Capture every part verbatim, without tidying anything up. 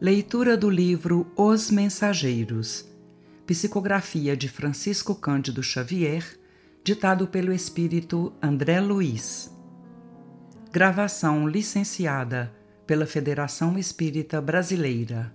Leitura do livro Os Mensageiros, psicografia de Francisco Cândido Xavier, ditado pelo espírito André Luiz. Gravação licenciada pela Federação Espírita Brasileira.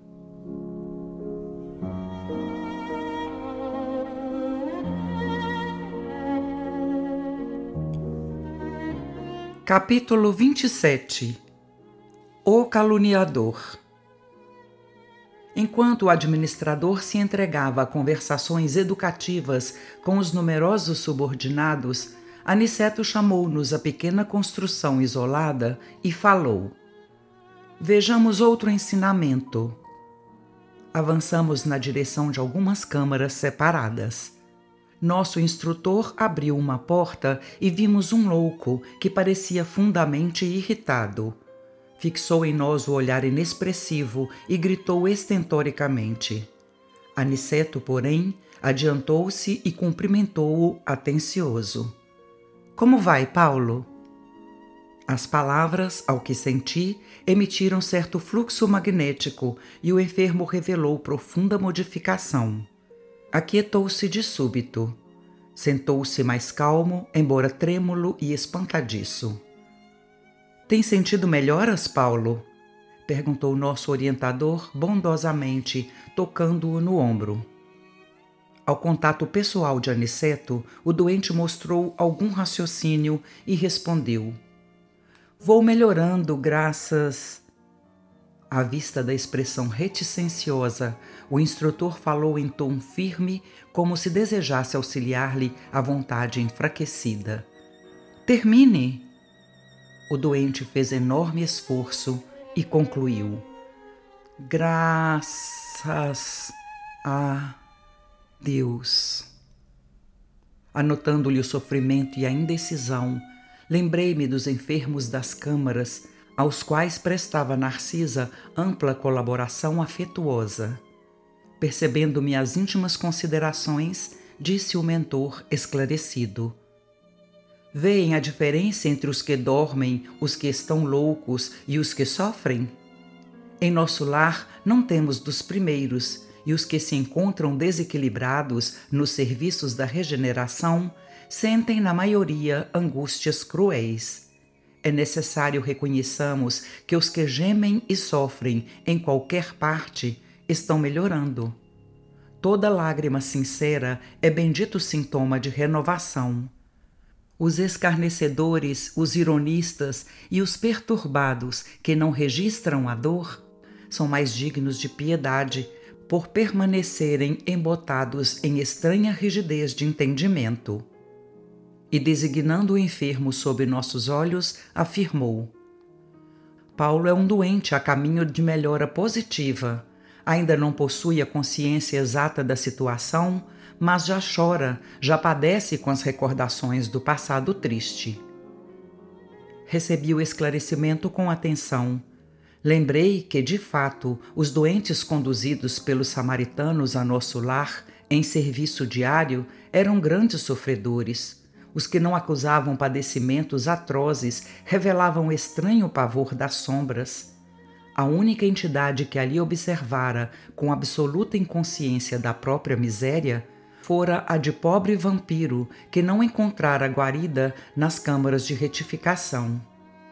Capítulo vinte e sete. O caluniador. Enquanto o administrador se entregava a conversações educativas com os numerosos subordinados, Aniceto chamou-nos à pequena construção isolada e falou: "Vejamos outro ensinamento." Avançamos na direção de algumas câmaras separadas. Nosso instrutor abriu uma porta e vimos um louco que parecia fundamente irritado. Fixou em nós o olhar inexpressivo e gritou estentoricamente. Aniceto, porém, adiantou-se e cumprimentou-o atencioso. "Como vai, Paulo?" As palavras, ao que senti, emitiram certo fluxo magnético e o enfermo revelou profunda modificação. Aquietou-se de súbito. Sentou-se mais calmo, embora trêmulo e espantadiço. "Tem sentido melhoras, Paulo?" perguntou nosso orientador bondosamente, tocando-o no ombro. Ao contato pessoal de Aniceto, o doente mostrou algum raciocínio e respondeu: "Vou melhorando graças..." À vista da expressão reticenciosa, o instrutor falou em tom firme, como se desejasse auxiliar-lhe a vontade enfraquecida. "Termine!" O doente fez enorme esforço e concluiu: "Graças a Deus." Anotando-lhe o sofrimento e a indecisão, lembrei-me dos enfermos das câmaras, aos quais prestava Narcisa ampla colaboração afetuosa. Percebendo minhas íntimas considerações, disse o mentor esclarecido: "Veem a diferença entre os que dormem, os que estão loucos e os que sofrem? Em nosso lar não temos dos primeiros, e os que se encontram desequilibrados nos serviços da regeneração sentem na maioria angústias cruéis. É necessário reconheçamos que os que gemem e sofrem em qualquer parte estão melhorando. Toda lágrima sincera é bendito sintoma de renovação. Os escarnecedores, os ironistas e os perturbados que não registram a dor são mais dignos de piedade por permanecerem embotados em estranha rigidez de entendimento." E designando o enfermo sob nossos olhos, afirmou: "Paulo é um doente a caminho de melhora positiva. Ainda não possui a consciência exata da situação, mas já chora, já padece com as recordações do passado triste." Recebi o esclarecimento com atenção. Lembrei que, de fato, os doentes conduzidos pelos samaritanos a nosso lar em serviço diário eram grandes sofredores. Os que não acusavam padecimentos atrozes revelavam estranho pavor das sombras. A única entidade que ali observara, com absoluta inconsciência da própria miséria, fora a de pobre vampiro que não encontrara guarida nas câmaras de retificação.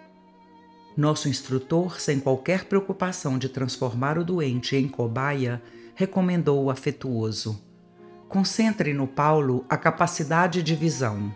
Nosso instrutor, sem qualquer preocupação de transformar o doente em cobaia, recomendou o afetuoso: "Concentre no Paulo a capacidade de visão."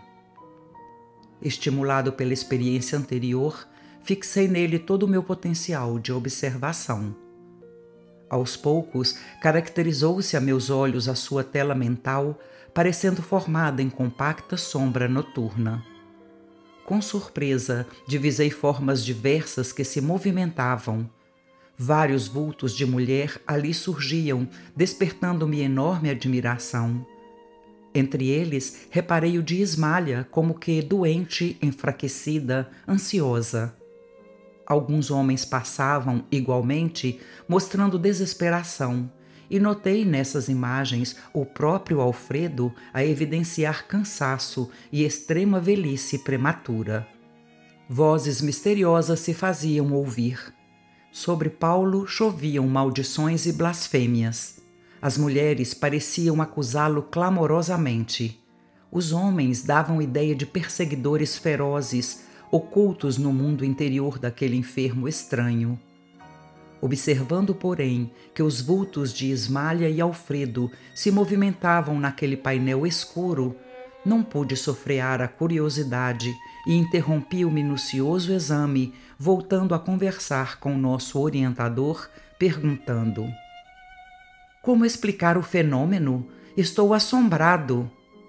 Estimulado pela experiência anterior, fixei nele todo o meu potencial de observação. Aos poucos, caracterizou-se a meus olhos a sua tela mental, parecendo formada em compacta sombra noturna. Com surpresa, divisei formas diversas que se movimentavam. Vários vultos de mulher ali surgiam, despertando-me enorme admiração. Entre eles, reparei o de Ismália, como que doente, enfraquecida, ansiosa. Alguns homens passavam, igualmente, mostrando desesperação, e notei nessas imagens o próprio Alfredo a evidenciar cansaço e extrema velhice prematura. Vozes misteriosas se faziam ouvir. Sobre Paulo choviam maldições e blasfêmias. As mulheres pareciam acusá-lo clamorosamente. Os homens davam ideia de perseguidores ferozes, ocultos no mundo interior daquele enfermo estranho. Observando, porém, que os vultos de Ismália e Alfredo se movimentavam naquele painel escuro, não pude sofrear a curiosidade e interrompi o minucioso exame, voltando a conversar com nosso orientador, perguntando: como explicar o fenômeno? Estou assombrado.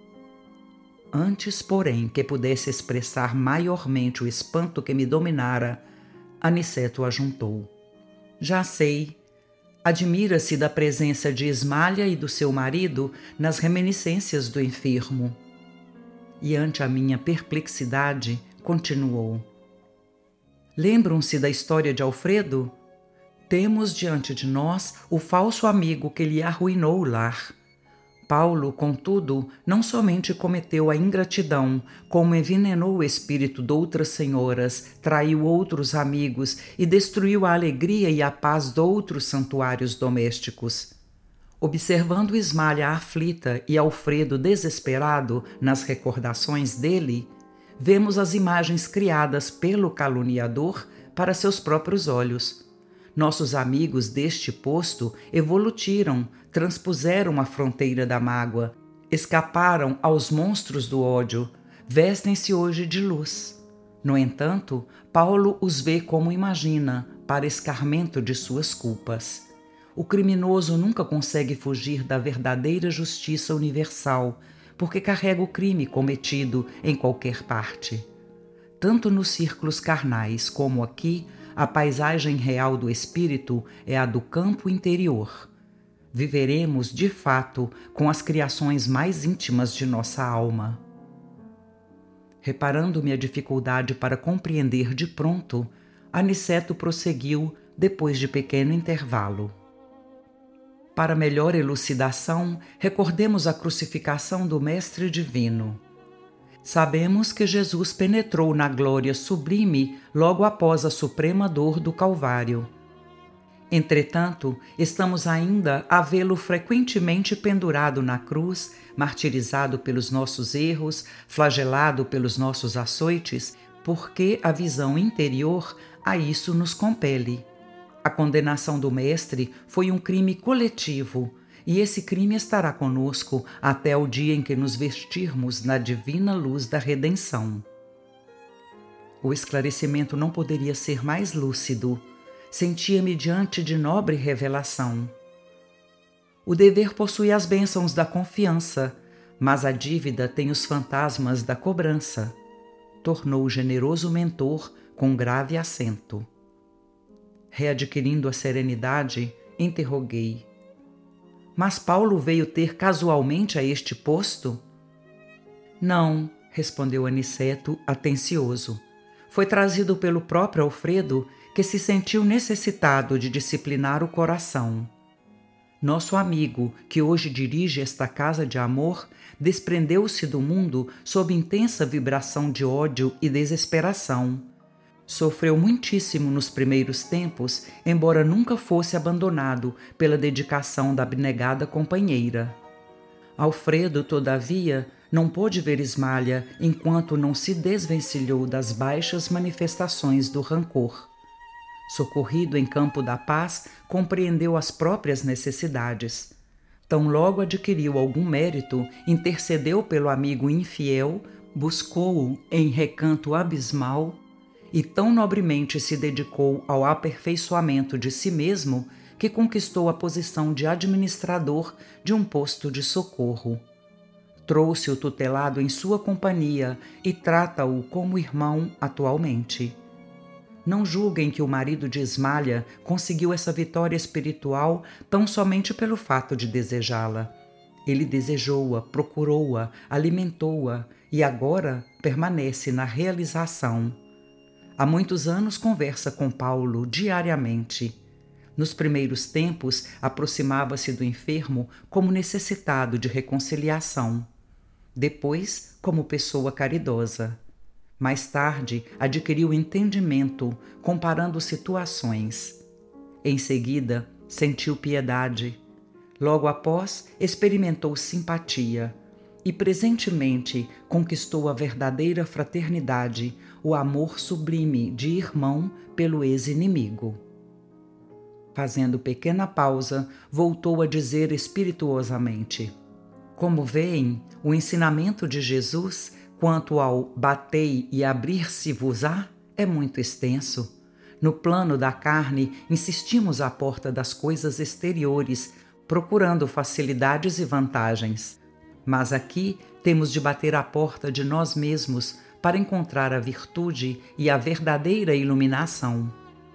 Antes, porém, que pudesse expressar maiormente o espanto que me dominara, Aniceto ajuntou: já sei. Admira-se da presença de Ismália e do seu marido nas reminiscências do enfermo. E ante a minha perplexidade, continuou: lembram-se da história de Alfredo? Temos diante de nós o falso amigo que lhe arruinou o lar. Paulo, contudo, não somente cometeu a ingratidão, como envenenou o espírito de outras senhoras, traiu outros amigos e destruiu a alegria e a paz de outros santuários domésticos. Observando Ismália aflita e Alfredo desesperado nas recordações dele, vemos as imagens criadas pelo caluniador para seus próprios olhos. Nossos amigos deste posto evolutiram, transpuseram a fronteira da mágoa, escaparam aos monstros do ódio, vestem-se hoje de luz. No entanto, Paulo os vê como imagina, para escarmento de suas culpas. O criminoso nunca consegue fugir da verdadeira justiça universal, porque carrega o crime cometido em qualquer parte. Tanto nos círculos carnais como aqui, a paisagem real do espírito é a do campo interior. Viveremos, de fato, com as criações mais íntimas de nossa alma. Reparando minha dificuldade para compreender de pronto, Aniceto prosseguiu depois de pequeno intervalo. Para melhor elucidação, recordemos a crucificação do Mestre Divino. Sabemos que Jesus penetrou na glória sublime logo após a suprema dor do Calvário. Entretanto, estamos ainda a vê-lo frequentemente pendurado na cruz, martirizado pelos nossos erros, flagelado pelos nossos açoites, porque a visão interior a isso nos compele. A condenação do Mestre foi um crime coletivo, e esse crime estará conosco até o dia em que nos vestirmos na divina luz da redenção. O esclarecimento não poderia ser mais lúcido. Sentia-me diante de nobre revelação. O dever possui as bênçãos da confiança, mas a dívida tem os fantasmas da cobrança, tornou o generoso mentor com grave acento. Readquirindo a serenidade, interroguei: mas Paulo veio ter casualmente a este posto? Não, respondeu Aniceto, atencioso. Foi trazido pelo próprio Alfredo, que se sentiu necessitado de disciplinar o coração. Nosso amigo, que hoje dirige esta casa de amor, desprendeu-se do mundo sob intensa vibração de ódio e desesperação. Sofreu muitíssimo nos primeiros tempos, embora nunca fosse abandonado pela dedicação da abnegada companheira. Alfredo, todavia, não pôde ver Ismália enquanto não se desvencilhou das baixas manifestações do rancor. Socorrido em campo da paz, compreendeu as próprias necessidades. Tão logo adquiriu algum mérito, intercedeu pelo amigo infiel, buscou-o em recanto abismal e tão nobremente se dedicou ao aperfeiçoamento de si mesmo que conquistou a posição de administrador de um posto de socorro. Trouxe o tutelado em sua companhia e trata-o como irmão atualmente. Não julguem que o marido de Ismália conseguiu essa vitória espiritual tão somente pelo fato de desejá-la. Ele desejou-a, procurou-a, alimentou-a e agora permanece na realização. Há muitos anos conversa com Paulo diariamente. Nos primeiros tempos, aproximava-se do enfermo como necessitado de reconciliação. Depois, como pessoa caridosa. Mais tarde, adquiriu entendimento, comparando situações. Em seguida, sentiu piedade. Logo após, experimentou simpatia e presentemente conquistou a verdadeira fraternidade, o amor sublime de irmão pelo ex-inimigo. Fazendo pequena pausa, voltou a dizer espirituosamente: como veem, o ensinamento de Jesus quanto ao batei e abrir-se-vos-á é muito extenso. No plano da carne, insistimos à porta das coisas exteriores, procurando facilidades e vantagens. Mas aqui temos de bater à porta de nós mesmos para encontrar a virtude e a verdadeira iluminação.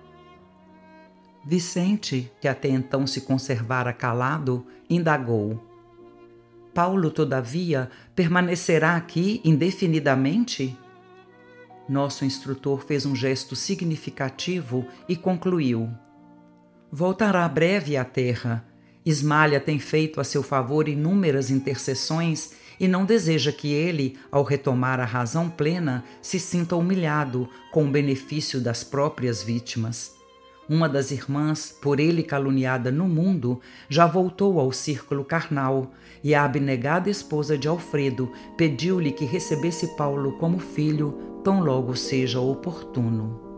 Vicente, que até então se conservara calado, indagou: Paulo, todavia, permanecerá aqui indefinidamente? Nosso instrutor fez um gesto significativo e concluiu: voltará breve à terra. Ismalha tem feito a seu favor inúmeras intercessões e não deseja que ele, ao retomar a razão plena, se sinta humilhado com o benefício das próprias vítimas. Uma das irmãs, por ele caluniada no mundo, já voltou ao círculo carnal, e a abnegada esposa de Alfredo pediu-lhe que recebesse Paulo como filho, tão logo seja oportuno.